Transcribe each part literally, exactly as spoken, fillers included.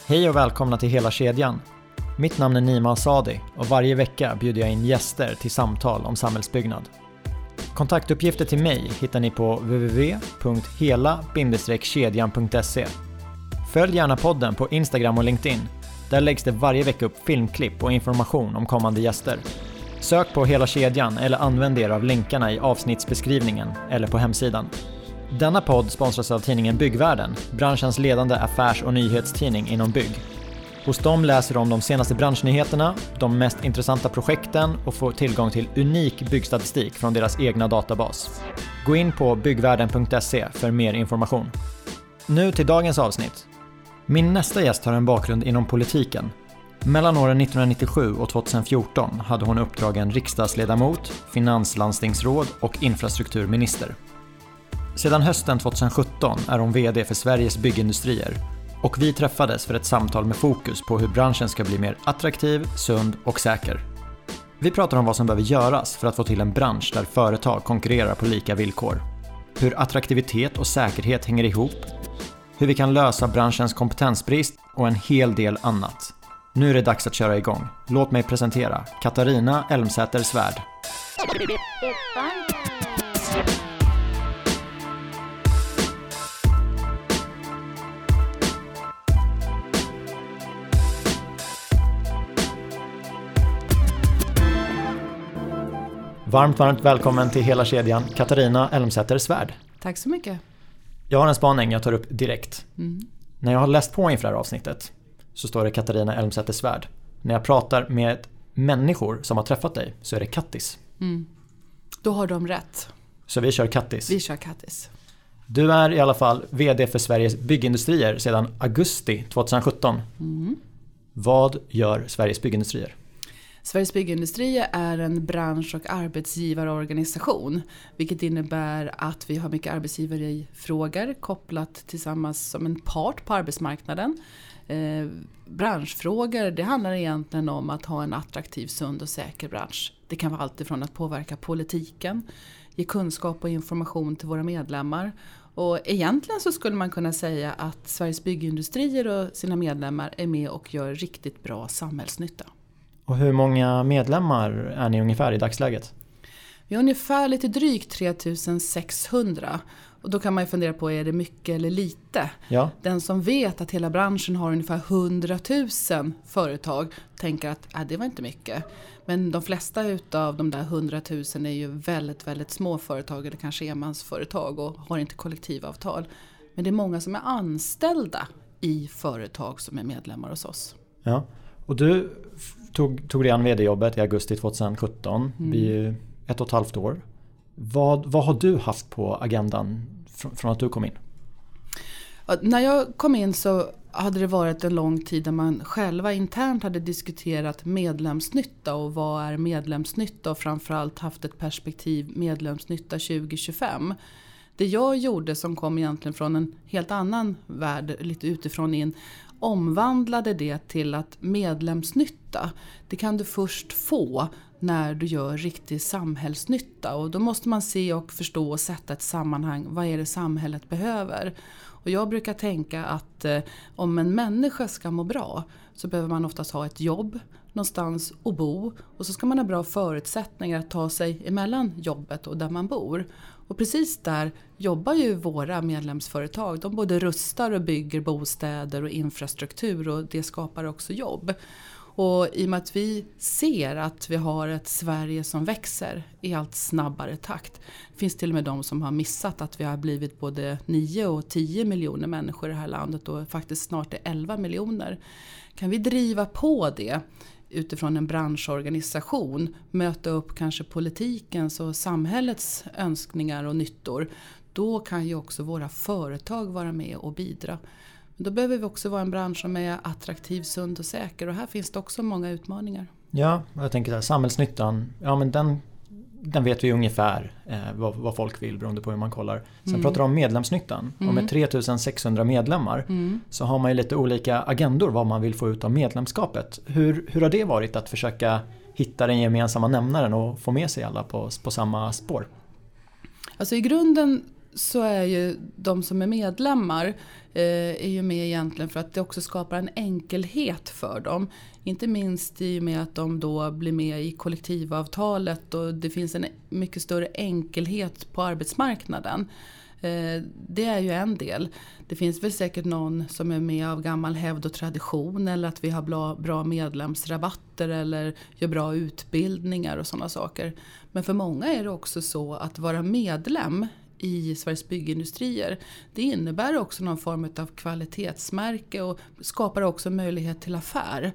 Hej och välkomna till Hela kedjan. Mitt namn är Nima Asadi och varje vecka bjuder jag in gäster till samtal om samhällsbyggnad. Kontaktuppgifter till mig hittar ni på w w w punkt hela kedjan punkt se. Följ gärna podden på Instagram och LinkedIn. Där läggs det varje vecka upp filmklipp och information om kommande gäster. Sök på Hela kedjan eller använd er av länkarna i avsnittsbeskrivningen eller på hemsidan. Denna podd sponsras av tidningen Byggvärlden, branschens ledande affärs- och nyhetstidning inom bygg. Hos dem läser du om de senaste branschnyheterna, de mest intressanta projekten och får tillgång till unik byggstatistik från deras egna databas. Gå in på byggvärden punkt se för mer information. Nu till dagens avsnitt. Min nästa gäst har en bakgrund inom politiken. Mellan åren nittonhundranittiosju och tjugohundrafjorton hade hon uppdragen riksdagsledamot, finanslandstingsråd och infrastrukturminister. Sedan hösten tjugosjutton är hon vd för Sveriges byggindustrier och vi träffades för ett samtal med fokus på hur branschen ska bli mer attraktiv, sund och säker. Vi pratar om vad som behöver göras för att få till en bransch där företag konkurrerar på lika villkor. Hur attraktivitet och säkerhet hänger ihop, hur vi kan lösa branschens kompetensbrist och en hel del annat. Nu är det dags att köra igång. Låt mig presentera Katarina Elmsäter Svärd. Varmt, varmt välkommen till Hela kedjan, Katarina Elmsäter Svärd. Tack så mycket. Jag har en spaning jag tar upp direkt. Mm. När jag har läst på inför det här avsnittet så står det Katarina Elmsäter Svärd. När jag pratar med människor som har träffat dig så är det Kattis. Mm. Då har de rätt. Så vi kör Kattis. Vi kör Kattis. Du är i alla fall vd för Sveriges byggindustrier sedan augusti tjugosjutton. Mm. Vad gör Sveriges byggindustrier? Sveriges byggindustrier är en bransch- och arbetsgivarorganisation, vilket innebär att vi har mycket arbetsgivare i frågor kopplat tillsammans som en part på arbetsmarknaden. Eh, branschfrågor, det handlar egentligen om att ha en attraktiv, sund och säker bransch. Det kan vara allt ifrån att påverka politiken, ge kunskap och information till våra medlemmar. Och egentligen så skulle man kunna säga att Sveriges byggindustrier och sina medlemmar är med och gör riktigt bra samhällsnytta. Och hur många medlemmar är ni ungefär i dagsläget? Vi har ungefär lite drygt tre tusen sexhundra. Och då kan man ju fundera på, är det mycket eller lite? Ja. Den som vet att hela branschen har ungefär hundratusen företag tänker att äh, det var inte mycket. Men de flesta utav de där hundratusen är ju väldigt, väldigt små företag eller kanske enmansföretag och har inte kollektivavtal. Men det är många som är anställda i företag som är medlemmar hos oss. Ja. Och du tog, tog dig an vd-jobbet i augusti tjugosjutton, det blir ju ett och ett halvt år. Vad, vad har du haft på agendan från, från att du kom in? Ja, när jag kom in så hade det varit en lång tid där man själva internt hade diskuterat medlemsnytta och vad är medlemsnytta och framförallt haft ett perspektiv medlemsnytta tjugo tjugofem. Det jag gjorde som kom egentligen från en helt annan värld, lite utifrån in, omvandlade det till att medlemsnytta, det kan du först få när du gör riktig samhällsnytta. Och då måste man se och förstå och sätta ett sammanhang. Vad är det samhället behöver? Och jag brukar tänka att eh, om en människa ska må bra så behöver man oftast ha ett jobb, någonstans att bo. Och så ska man ha bra förutsättningar att ta sig emellan jobbet och där man bor. Och precis där jobbar ju våra medlemsföretag. De både rustar och bygger bostäder och infrastruktur och det skapar också jobb. Och i och med att vi ser att vi har ett Sverige som växer i allt snabbare takt. Det finns till och med de som har missat att vi har blivit både nio och tio miljoner människor i det här landet och faktiskt snart är elva miljoner. Kan vi driva på det utifrån en branschorganisation, möta upp kanske politikens och samhällets önskningar och nyttor, då kan ju också våra företag vara med och bidra. Men då behöver vi också vara en bransch som är attraktiv, sund och säker och här finns det också många utmaningar. Ja, jag tänker så här, samhällsnyttan, ja men den, den vet vi ungefär eh, vad, vad folk vill beroende på hur man kollar. Sen mm. pratar du om medlemsnyttan mm. och med tre tusen sexhundra medlemmar mm. så har man ju lite olika agendor vad man vill få ut av medlemskapet. Hur, hur har det varit att försöka hitta den gemensamma nämnaren och få med sig alla på, på samma spår? Alltså i grunden så är ju de som är medlemmar eh, är ju med egentligen för att det också skapar en enkelhet för dem. Inte minst i och med att de då blir med i kollektivavtalet och det finns en mycket större enkelhet på arbetsmarknaden. Eh, det är ju en del. Det finns väl säkert någon som är med av gammal hävd och tradition eller att vi har bra, bra medlemsrabatter eller gör bra utbildningar och sådana saker. Men för många är det också så att vara medlem i Sveriges Byggindustrier, det innebär också någon form av kvalitetsmärke och skapar också möjlighet till affär.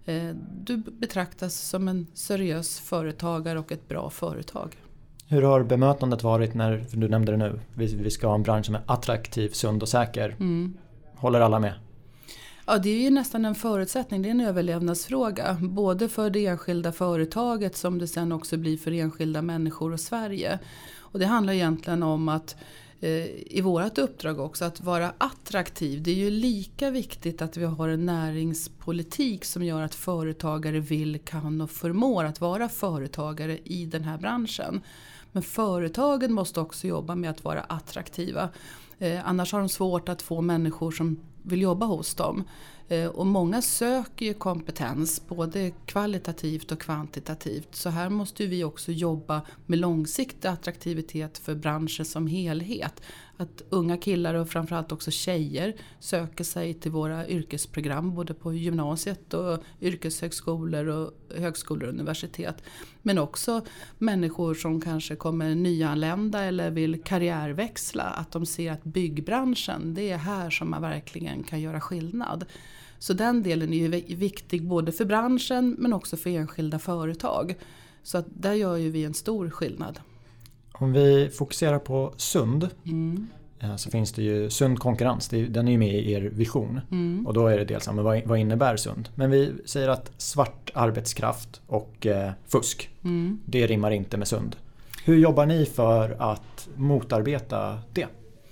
Du betraktas som en seriös företagare och ett bra företag. Hur har bemötandet varit när, för du nämnde det nu, vi, vi ska ha en bransch som är attraktiv, sund och säker. Mm. Håller alla med? Ja, det är ju nästan en förutsättning, det är en överlevnadsfråga. Både för det enskilda företaget som det sen också blir för enskilda människor och Sverige. Och det handlar egentligen om att eh, i vårt uppdrag också att vara attraktiv. Det är ju lika viktigt att vi har en näringspolitik som gör att företagare vill, kan och förmår att vara företagare i den här branschen. Men företagen måste också jobba med att vara attraktiva. Eh, annars har de svårt att få människor som vill jobba hos dem. Eh, och många söker ju kompetens både kvalitativt och kvantitativt. Så här måste vi också jobba med långsiktig attraktivitet för branschen som helhet. Att unga killar och framförallt också tjejer söker sig till våra yrkesprogram både på gymnasiet och yrkeshögskolor och högskolor och universitet. Men också människor som kanske kommer nyanlända eller vill karriärväxla. Att de ser att byggbranschen, det är här som man verkligen kan göra skillnad. Så den delen är ju viktig både för branschen men också för enskilda företag. Så att där gör ju vi en stor skillnad. Om vi fokuserar på sund mm. så finns det ju sund konkurrens. Den är ju med i er vision. Mm. Och då är det dels vad, vad innebär sund. Men vi säger att svart arbetskraft och eh, fusk, mm. det rimmar inte med sund. Hur jobbar ni för att motarbeta det?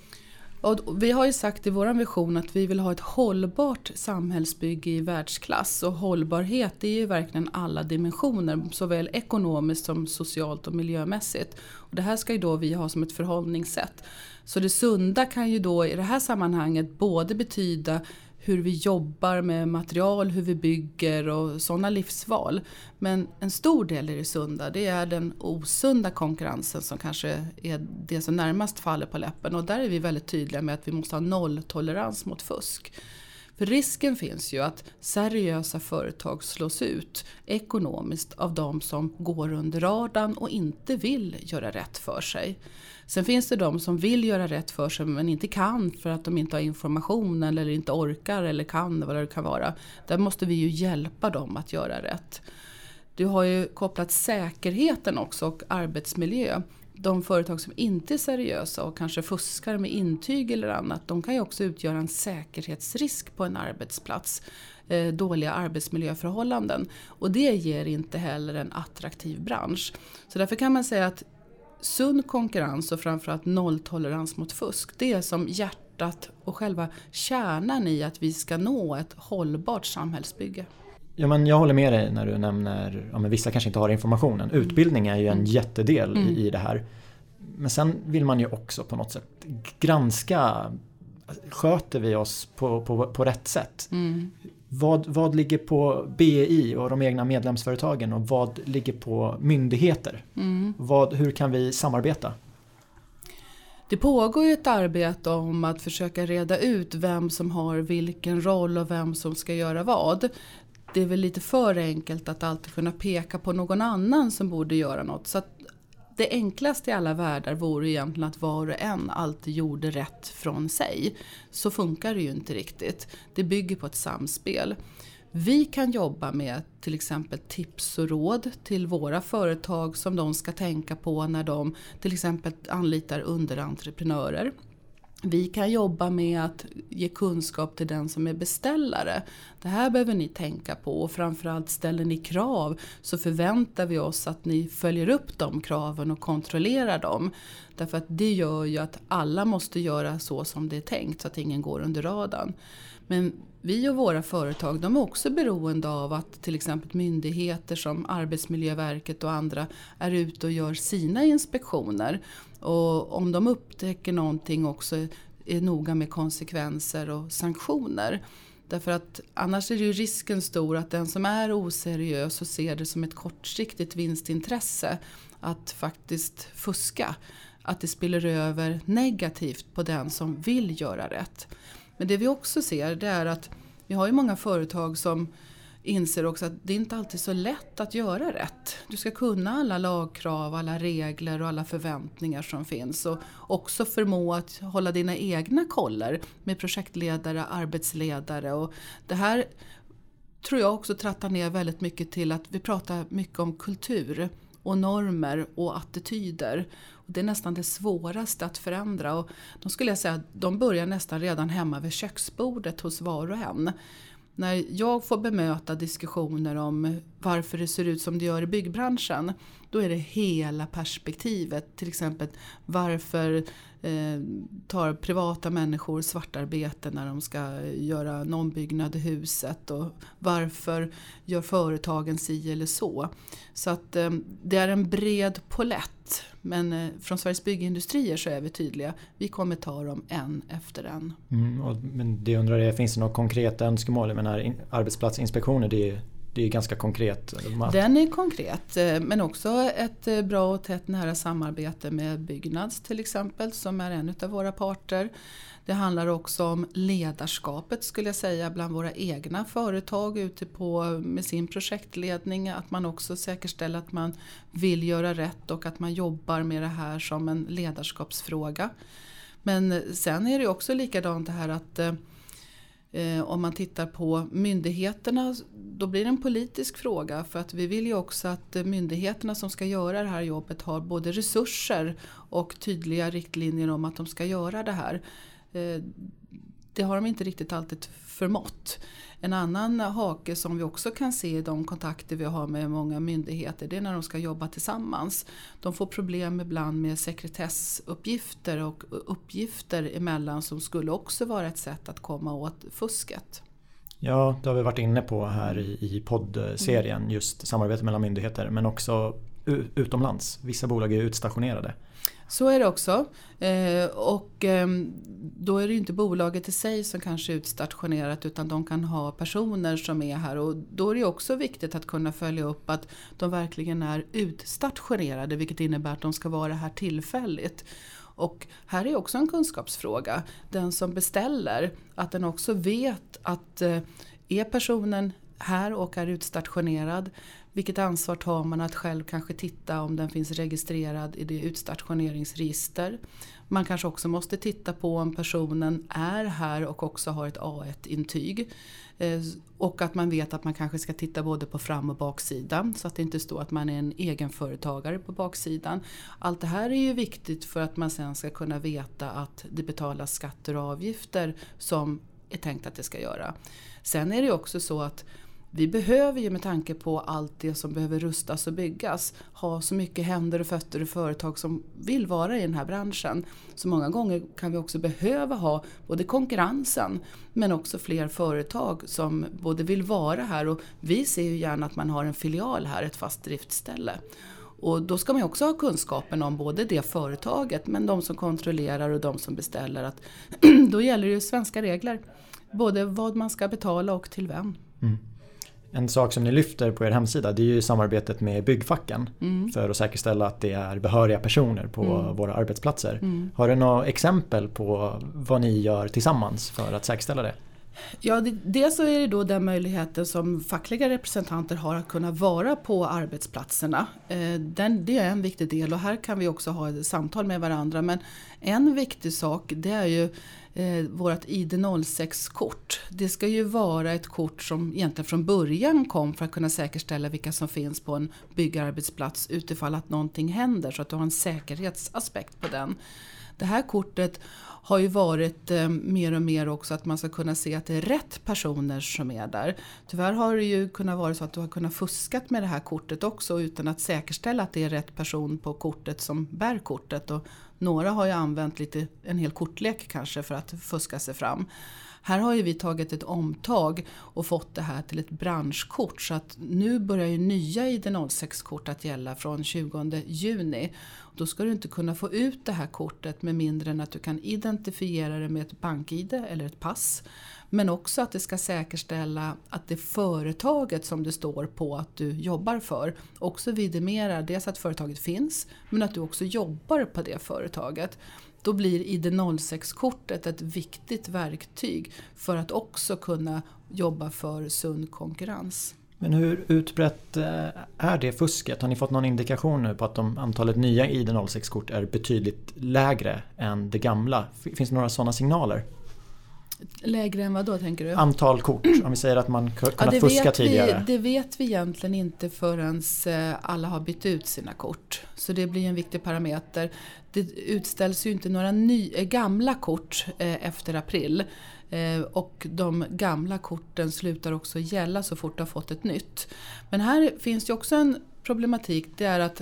Och vi har ju sagt i vår vision att vi vill ha ett hållbart samhällsbygge i världsklass. Och hållbarhet är ju verkligen alla dimensioner, såväl ekonomiskt som socialt och miljömässigt. Och det här ska ju då vi ha som ett förhållningssätt. Så det sunda kan ju då i det här sammanhanget både betyda hur vi jobbar med material, hur vi bygger och sådana livsval. Men en stor del i det sunda, det är den osunda konkurrensen som kanske är det som närmast faller på läppen. Och där är vi väldigt tydliga med att vi måste ha nolltolerans mot fusk. För risken finns ju att seriösa företag slås ut ekonomiskt av de som går under radarn och inte vill göra rätt för sig. Sen finns det de som vill göra rätt för sig men inte kan för att de inte har information eller inte orkar eller kan vad det kan vara. Där måste vi ju hjälpa dem att göra rätt. Du har ju kopplat säkerheten också och arbetsmiljö. De företag som inte är seriösa och kanske fuskar med intyg eller annat, de kan ju också utgöra en säkerhetsrisk på en arbetsplats. Eh, dåliga arbetsmiljöförhållanden. Och det ger inte heller en attraktiv bransch. Så därför kan man säga att sund konkurrens och framförallt nolltolerans mot fusk, det är som hjärtat och själva kärnan i att vi ska nå ett hållbart samhällsbygge. Ja, men jag håller med dig när du nämner, ja, men vissa kanske inte har informationen. Utbildning är ju en jättedel mm. i, i det här. Men sen vill man ju också på något sätt granska, sköter vi oss på, på, på rätt sätt? Mm. Vad, vad ligger på B I och de egna medlemsföretagen och vad ligger på myndigheter? Mm. Vad, hur kan vi samarbeta? Det pågår ju ett arbete om att försöka reda ut vem som har vilken roll och vem som ska göra vad. Det är väl lite för enkelt att alltid kunna peka på någon annan som borde göra något. Så att det enklaste i alla världar vore egentligen att var och en alltid gjorde rätt från sig. Så funkar det ju inte riktigt. Det bygger på ett samspel. Vi kan jobba med till exempel tips och råd till våra företag som de ska tänka på när de till exempel anlitar underentreprenörer. Vi kan jobba med att ge kunskap till den som är beställare. Det här behöver ni tänka på och framförallt ställer ni krav så förväntar vi oss att ni följer upp de kraven och kontrollerar dem. Därför att det gör ju att alla måste göra så som det är tänkt så att ingen går under radarn. Men vi och våra företag, de är också beroende av att till exempel myndigheter som Arbetsmiljöverket och andra är ute och gör sina inspektioner. Och om de upptäcker någonting också är noga med konsekvenser och sanktioner. Därför att annars är det ju risken stor att den som är oseriös och ser det som ett kortsiktigt vinstintresse att faktiskt fuska, att det spiller över negativt på den som vill göra rätt. Men det vi också ser, det är att vi har ju många företag som inser också att det inte alltid är så lätt att göra rätt. Du ska kunna alla lagkrav, alla regler och alla förväntningar som finns. Och också förmå att hålla dina egna koller med projektledare, arbetsledare. Och det här tror jag också trattar ner väldigt mycket till att vi pratar mycket om kultur och normer och attityder. Och det är nästan det svåraste att förändra. Och då skulle jag säga att de börjar nästan redan hemma vid köksbordet hos var och en. När jag får bemöta diskussioner om varför det ser ut som det gör i byggbranschen, då är det hela perspektivet. Till exempel varför eh, tar privata människor svartarbete när de ska göra en ombyggnad i huset, och varför gör företagen si eller så. Så att eh, det är en bred palett, men eh, från Sveriges byggindustrier så är vi tydliga. Vi kommer ta dem en efter en. Mm, och, men det undrar jag, finns det något konkret önskemål? Men här arbetsplatsinspektioner, det är Det är ganska konkret. Den är konkret, men också ett bra och tätt nära samarbete med Byggnads till exempel, som är en av våra parter. Det handlar också om ledarskapet, skulle jag säga, bland våra egna företag ute på med sin projektledning. Att man också säkerställer att man vill göra rätt och att man jobbar med det här som en ledarskapsfråga. Men sen är det också likadant det här att Eh, om man tittar på myndigheterna, då blir det en politisk fråga, för att vi vill ju också att myndigheterna som ska göra det här jobbet har både resurser och tydliga riktlinjer om att de ska göra det här. Eh, det har de inte riktigt alltid förmått. En annan hake som vi också kan se i de kontakter vi har med många myndigheter, det är när de ska jobba tillsammans. De får problem ibland med sekretessuppgifter och uppgifter emellan som skulle också vara ett sätt att komma åt fusket. Ja, det har vi varit inne på här i, i poddserien, just samarbete mellan myndigheter, men också utomlands. Vissa bolag är utstationerade. Så är det också. Eh, och eh, då är det ju inte bolaget i sig som kanske är utstationerat, utan de kan ha personer som är här. Och då är det också viktigt att kunna följa upp att de verkligen är utstationerade, vilket innebär att de ska vara här tillfälligt. Och här är också en kunskapsfråga. Den som beställer, att den också vet att eh, är personen här och är utstationerad, vilket ansvar tar man att själv kanske titta om den finns registrerad i det utstationeringsregister. Man kanske också måste titta på om personen är här och också har ett A ett-intyg. Och att man vet att man kanske ska titta både på fram- och baksidan, så att det inte står att man är en egenföretagare på baksidan. Allt det här är ju viktigt för att man sen ska kunna veta att det betalas skatter och avgifter som är tänkt att det ska göra. Sen är det också så att vi behöver ju, med tanke på allt det som behöver rustas och byggas, ha så mycket händer och fötter och företag som vill vara i den här branschen. Så många gånger kan vi också behöva ha både konkurrensen men också fler företag som både vill vara här, och vi ser ju gärna att man har en filial här, ett fast driftställe. Och då ska man också ha kunskapen om både det företaget, men de som kontrollerar och de som beställer. Att då gäller det ju svenska regler, både vad man ska betala och till vem. Mm. En sak som ni lyfter på er hemsida, det är ju samarbetet med byggfacken mm. för att säkerställa att det är behöriga personer på mm. våra arbetsplatser. Mm. Har du några exempel på vad ni gör tillsammans för att säkerställa det? Ja, det, dels så är det då den möjligheten som fackliga representanter har att kunna vara på arbetsplatserna. Eh, den, det är en viktig del, och här kan vi också ha ett samtal med varandra. Men en viktig sak, det är ju eh, vårt I D noll sex-kort. Det ska ju vara ett kort som egentligen från början kom för att kunna säkerställa vilka som finns på en byggarbetsplats utifall att någonting händer, så att du har en säkerhetsaspekt på den. Det här kortet har ju varit eh, mer och mer också att man ska kunna se att det är rätt personer som är där. Tyvärr har det ju kunnat vara så att du har kunnat fuskat med det här kortet också utan att säkerställa att det är rätt person på kortet som bär kortet. Och några har ju använt lite, en hel kortlek kanske för att fuska sig fram. Här har ju vi tagit ett omtag och fått det här till ett branschkort, så att nu börjar ju nya I D noll sex-kort att gälla från tjugonde juni. Då ska du inte kunna få ut det här kortet med mindre än att du kan identifiera det med ett bank-I D eller ett pass. Men också att det ska säkerställa att det företaget som det står på att du jobbar för också vidimerar dels att företaget finns, men att du också jobbar på det företaget. Då blir I D noll sex-kortet ett viktigt verktyg för att också kunna jobba för sund konkurrens. Men hur utbrett är det fusket? Har ni fått någon indikation nu på att de, antalet nya I D noll sex-kort är betydligt lägre än det gamla? Finns det några sådana signaler? Lägre än vad då tänker du? Antal kort, om vi säger att man kunnat ja, det fuska vet tidigare. Vi, det vet vi egentligen inte förrän alla har bytt ut sina kort. Så det blir en viktig parameter. Det utställs ju inte några ny, gamla kort efter april. Och de gamla korten slutar också gälla så fort du har fått ett nytt. Men här finns ju också en problematik. Det är att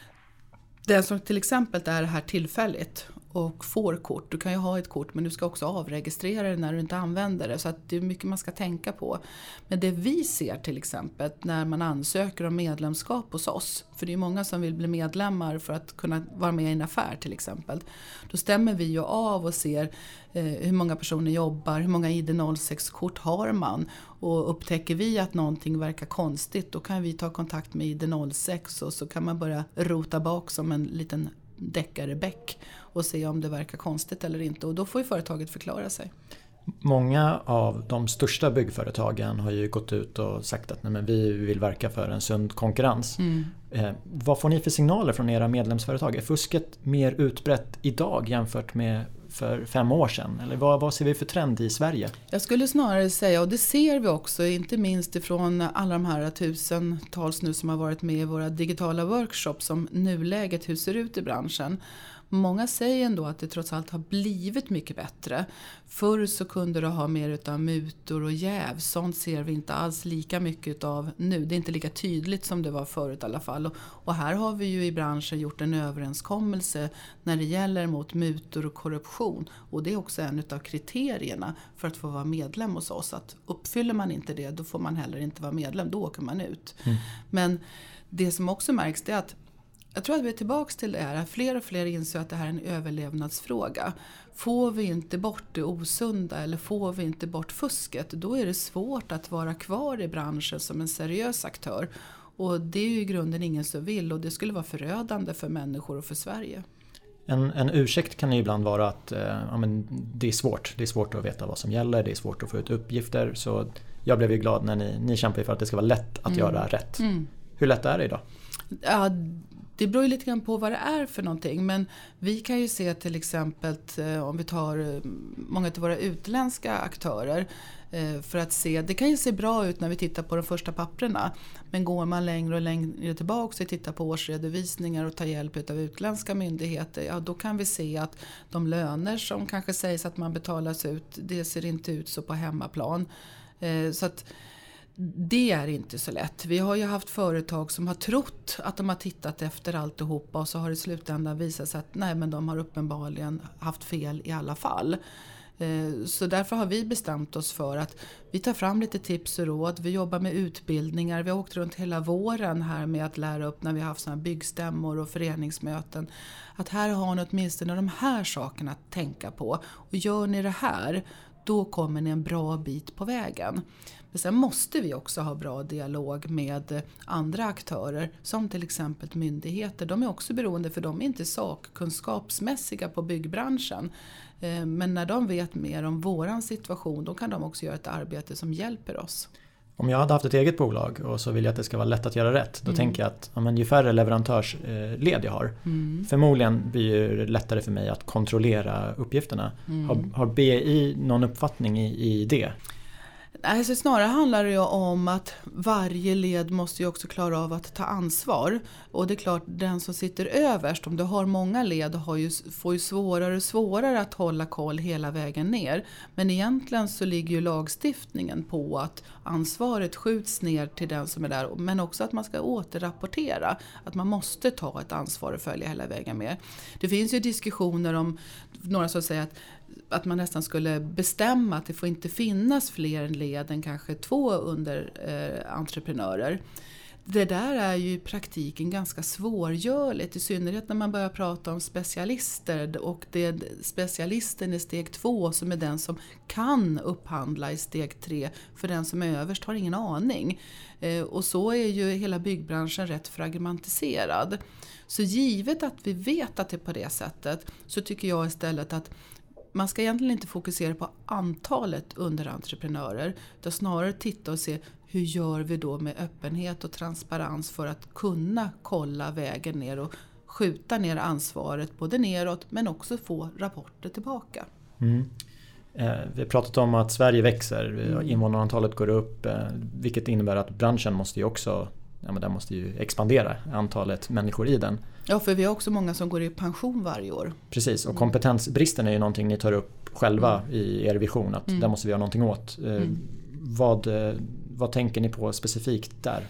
den som till exempel är här tillfälligt och får kort. Du kan ju ha ett kort, men du ska också avregistrera det när du inte använder det. Så att det är mycket man ska tänka på. Men det vi ser till exempel när man ansöker om medlemskap hos oss. För det är många som vill bli medlemmar för att kunna vara med i en affär till exempel. Då stämmer vi ju av och ser eh, hur många personer jobbar, hur många I D noll sex-kort har man. Och upptäcker vi att någonting verkar konstigt, då kan vi ta kontakt med I D noll sex och så kan man börja rota bak som en liten deckarebäck och se om det verkar konstigt eller inte. Och då får ju företaget förklara sig. Många av de största byggföretagen har ju gått ut och sagt att nej, men vi vill verka för en sund konkurrens. Mm. Eh, vad får ni för signaler från era medlemsföretag? Är fusket mer utbrett idag jämfört med för fem år sedan? Eller vad, vad ser vi för trend i Sverige? Jag skulle snarare säga, och det ser vi också, inte minst ifrån alla de här tusentals nu som har varit med i våra digitala workshops som nuläget, hur ser ut i branschen. Många säger ändå att det trots allt har blivit mycket bättre. Förr så kunde du ha mer utav mutor och jäv. Sånt ser vi inte alls lika mycket av nu. Det är inte lika tydligt som det var förut i alla fall. Och här har vi ju i branschen gjort en överenskommelse när det gäller mot mutor och korruption. Och det är också en utav kriterierna för att få vara medlem hos oss. Att uppfyller man inte det, då får man heller inte vara medlem. Då åker man ut. Mm. Men det som också märks det är att jag tror att vi är tillbaka till det här. Fler och fler inser att det här är en överlevnadsfråga. Får vi inte bort det osunda eller får vi inte bort fusket, då är det svårt att vara kvar i branschen som en seriös aktör. Och det är ju i grunden ingen som vill, och det skulle vara förödande för människor och för Sverige. En, en ursäkt kan ju ibland vara att eh, ja, men det är svårt. Det är svårt att veta vad som gäller, det är svårt att få ut uppgifter. Så jag blev ju glad när ni, ni kämpar för att det ska vara lätt att mm. göra rätt. Mm. Hur lätt är det idag? Ja, det beror ju lite grann på vad det är för någonting. Men vi kan ju se till exempel om vi tar många av våra utländska aktörer för att se, det kan ju se bra ut när vi tittar på de första papperna. Men går man längre och längre tillbaka och tittar på årsredovisningar och tar hjälp av utländska myndigheter, ja då kan vi se att de löner som kanske sägs att man betalas ut, det ser inte ut så på hemmaplan. Så att det är inte så lätt. Vi har ju haft företag som har trott att de har tittat efter alltihopa och så har det i slutändan visat sig att nej, men de har uppenbarligen haft fel i alla fall. Så därför har vi bestämt oss för att vi tar fram lite tips och råd. Vi jobbar med utbildningar. Vi har åkt runt hela våren här med att lära upp när vi har haft såna här byggstämmor och föreningsmöten. Att här har ni åtminstone de här sakerna att tänka på. Och gör ni det här, då kommer ni en bra bit på vägen. Men sen måste vi också ha bra dialog med andra aktörer som till exempel myndigheter. De är också beroende, för de är inte sakkunskapsmässiga på byggbranschen. Men när de vet mer om våran situation, då kan de också göra ett arbete som hjälper oss. Om jag hade haft ett eget bolag och så vill jag att det ska vara lätt att göra rätt, då mm. tänker jag att ja, men ju färre leverantörsled jag har, mm. förmodligen blir det lättare för mig att kontrollera uppgifterna. Mm. Har, har B I någon uppfattning i, i det? Alltså snarare handlar det ju om att varje led måste ju också klara av att ta ansvar. Och det är klart, den som sitter överst, om du har många led, har ju, får ju svårare och svårare att hålla koll hela vägen ner. Men egentligen så ligger ju lagstiftningen på att ansvaret skjuts ner till den som är där. Men också att man ska återrapportera. Att man måste ta ett ansvar och följa hela vägen med. Det finns ju diskussioner om några som säger att att man nästan skulle bestämma att det får inte finnas fler led än kanske två under eh, entreprenörer. Det där är ju i praktiken ganska svårgörligt, i synnerhet när man börjar prata om specialister, och det är specialisten i steg två som är den som kan upphandla i steg tre, för den som är överst har ingen aning. Eh, och så är ju hela byggbranschen rätt fragmentiserad. Så givet att vi vet att det är på det sättet, så tycker jag istället att man ska egentligen inte fokusera på antalet underentreprenörer, utan snarare titta och se hur gör vi då med öppenhet och transparens för att kunna kolla vägen ner och skjuta ner ansvaret både neråt men också få rapporter tillbaka. Mm. Eh, vi har pratat om att Sverige växer, mm. invånarantalet går upp, eh, vilket innebär att branschen måste ju också ja, men den måste ju expandera, antalet människor i den. Ja, för vi har också många som går i pension varje år. Precis, och kompetensbristen är ju någonting ni tar upp själva mm. i er vision, att mm. där måste vi göra någonting åt. Eh, mm. vad, vad tänker ni på specifikt där?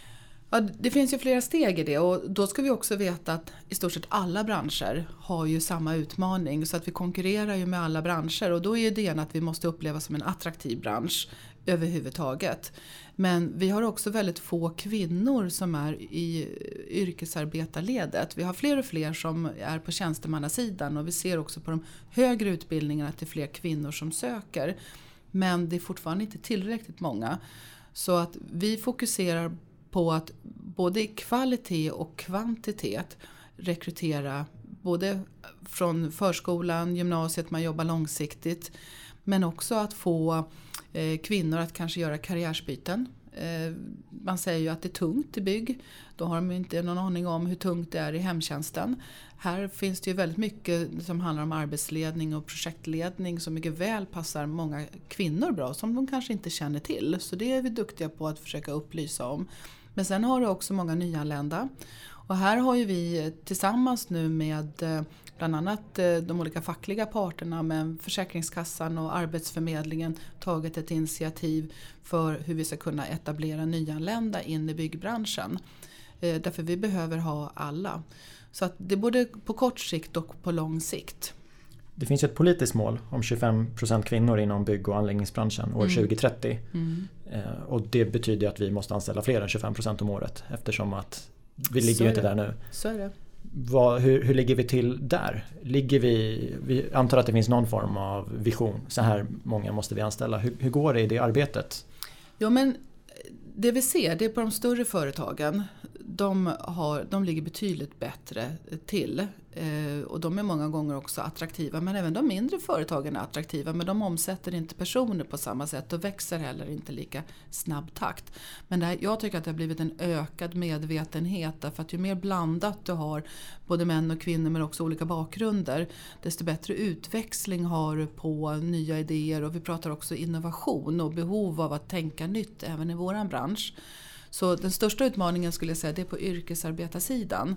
Ja, det finns ju flera steg i det, och då ska vi också veta att i stort sett alla branscher har ju samma utmaning, så att vi konkurrerar ju med alla branscher, och då är det att vi måste uppleva som en attraktiv bransch överhuvudtaget. Men vi har också väldigt få kvinnor som är i yrkesarbetarledet. Vi har fler och fler som är på tjänstemannasidan, och vi ser också på de högre utbildningarna att det är fler kvinnor som söker. Men det är fortfarande inte tillräckligt många. Så att vi fokuserar på att både i kvalitet och kvantitet rekrytera både från förskolan, gymnasiet, man jobbar långsiktigt, men också att få eh, kvinnor att kanske göra karriärsbyten. Eh, man säger ju att det är tungt i bygg, då har de inte någon aning om hur tungt det är i hemtjänsten. Här finns det ju väldigt mycket som handlar om arbetsledning och projektledning som mycket väl passar många kvinnor bra, som de kanske inte känner till. Så det är vi duktiga på att försöka upplysa om. Men sen har du också många nyanlända. Och här har ju vi tillsammans nu med bland annat de olika fackliga parterna, med Försäkringskassan och Arbetsförmedlingen, tagit ett initiativ för hur vi ska kunna etablera nyanlända in i byggbranschen. Därför vi behöver ha alla. Så att det är både på kort sikt och på lång sikt. Det finns ett politiskt mål om tjugofem procent kvinnor inom bygg- och anläggningsbranschen år mm. tjugo trettio. Mm. Och det betyder att vi måste anställa fler än tjugofem procent om året, eftersom att vi ligger ju inte där nu. Så är det. Vad, hur, hur ligger vi till där? Ligger vi, vi antar att det finns någon form av vision. Så här många måste vi anställa. Hur, hur går det i det arbetet? Ja, men det vi ser, det är på de större företagen. De, har, de ligger betydligt bättre till. Eh, och de är många gånger också attraktiva. Men även de mindre företagen är attraktiva. Men de omsätter inte personer på samma sätt. Och växer heller inte lika snabb takt. Men det här, jag tycker att det har blivit en ökad medvetenhet. Därför att ju mer blandat du har, både män och kvinnor men också olika bakgrunder, desto bättre utväxling har du på nya idéer. Och vi pratar också innovation och behov av att tänka nytt även i våran bransch. Så den största utmaningen skulle jag säga, det är på yrkesarbetarsidan.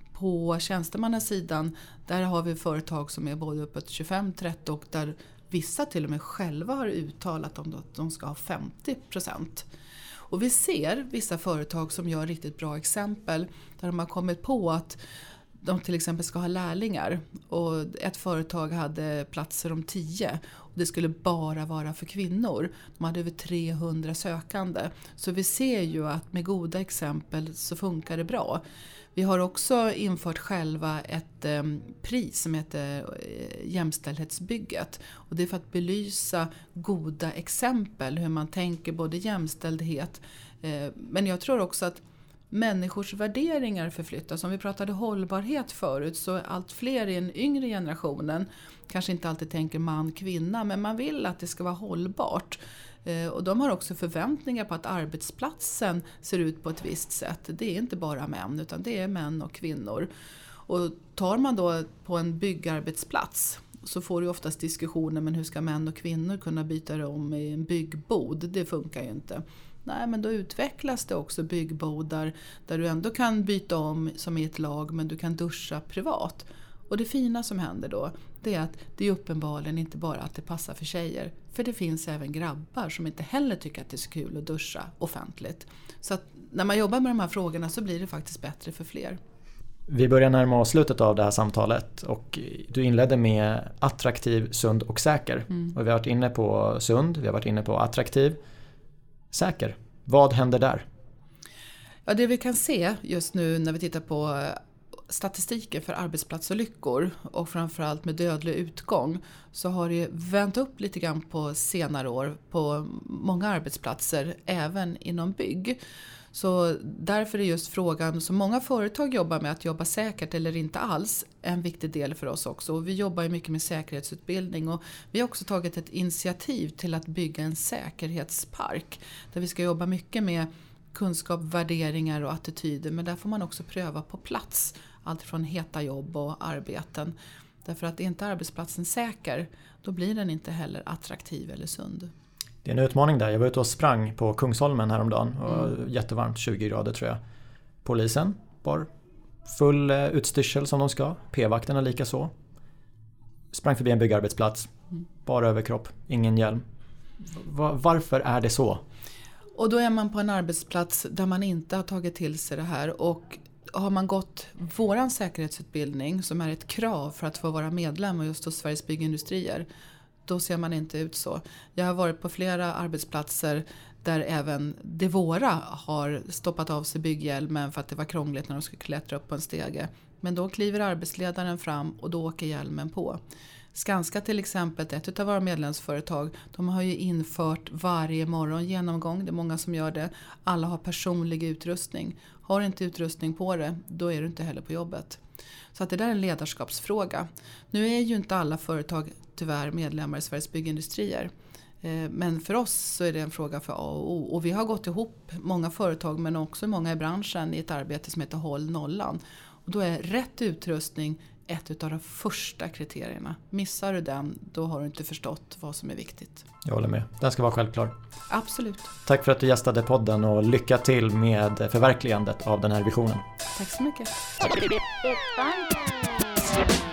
På tjänstemannasidan, där har vi företag som är både uppåt tjugofem trettio och där vissa till och med själva har uttalat om att de ska ha femtio procent. Och vi ser vissa företag som gör riktigt bra exempel där de har kommit på att de till exempel ska ha lärlingar, och ett företag hade platser om tio och det skulle bara vara för kvinnor. De hade över trehundra sökande. Så vi ser ju att med goda exempel så funkar det bra. Vi har också infört själva ett eh, pris som heter eh, jämställdhetsbygget. Och det är för att belysa goda exempel, hur man tänker både jämställdhet. Eh, men jag tror också att människors värderingar förflyttas. Om vi pratade hållbarhet förut, så är allt fler i den yngre generationen kanske inte alltid tänker man, kvinna, men man vill att det ska vara hållbart. Och de har också förväntningar på att arbetsplatsen ser ut på ett visst sätt. Det är inte bara män, utan det är män och kvinnor. Och tar man då på en byggarbetsplats, så får du oftast diskussioner, men hur ska män och kvinnor kunna byta om i en byggbod? Det funkar ju inte. Nej, men då utvecklas det också byggbodar där du ändå kan byta om som i ett lag, men du kan duscha privat. Och det fina som händer då, det är att det är uppenbarligen inte bara att det passar för tjejer. För det finns även grabbar som inte heller tycker att det är så kul att duscha offentligt. Så att när man jobbar med de här frågorna så blir det faktiskt bättre för fler. Vi börjar närma oss slutet av det här samtalet och du inledde med attraktiv, sund och säker. Mm. Och vi har varit inne på sund, vi har varit inne på attraktiv, säker. Vad händer där? Ja, det vi kan se just nu när vi tittar på statistiken för arbetsplatsolyckor och framförallt med dödlig utgång, så har det vänt upp lite grann på senare år på många arbetsplatser, även inom bygg. Så därför är just frågan som många företag jobbar med, att jobba säkert eller inte alls, en viktig del för oss också. Och vi jobbar ju mycket med säkerhetsutbildning och vi har också tagit ett initiativ till att bygga en säkerhetspark där vi ska jobba mycket med kunskap, värderingar och attityder, men där får man också pröva på plats, allt från heta jobb och arbeten. Därför att är inte arbetsplatsen säker, då blir den inte heller attraktiv eller sund. Det är en utmaning där. Jag var ute och sprang på Kungsholmen häromdagen och mm. jättevarmt, tjugo grader tror jag. Polisen var full utstyrsel som de ska, p-vakterna lika så. Sprang förbi en byggarbetsplats, mm. bara överkropp, ingen hjälm. Varför är det så? Och då är man på en arbetsplats där man inte har tagit till sig det här, och har man gått våran säkerhetsutbildning som är ett krav för att få vara medlem just hos Sveriges Byggindustrier, då ser man inte ut så. Jag har varit på flera arbetsplatser där även de våra har stoppat av sig bygghjälmen för att det var krångligt när de skulle klättra upp på en stege. Men då kliver arbetsledaren fram och då åker hjälmen på. Skanska till exempel, ett av våra medlemsföretag, de har ju infört varje morgon genomgång, det är många som gör det. Alla har personlig utrustning. Har inte utrustning på det, då är du inte heller på jobbet. Så att det där är en ledarskapsfråga. Nu är ju inte alla företag tyvärr medlemmar i Sveriges Byggindustrier. Men för oss så är det en fråga för A och O. Och vi har gått ihop många företag, men också många i branschen, i ett arbete som heter Håll nollan. Och då är rätt utrustning ett av de första kriterierna. Missar du den, då har du inte förstått vad som är viktigt. Jag håller med. Den ska vara självklar. Absolut. Tack för att du gästade podden och lycka till med förverkligandet av den här visionen. Tack så mycket.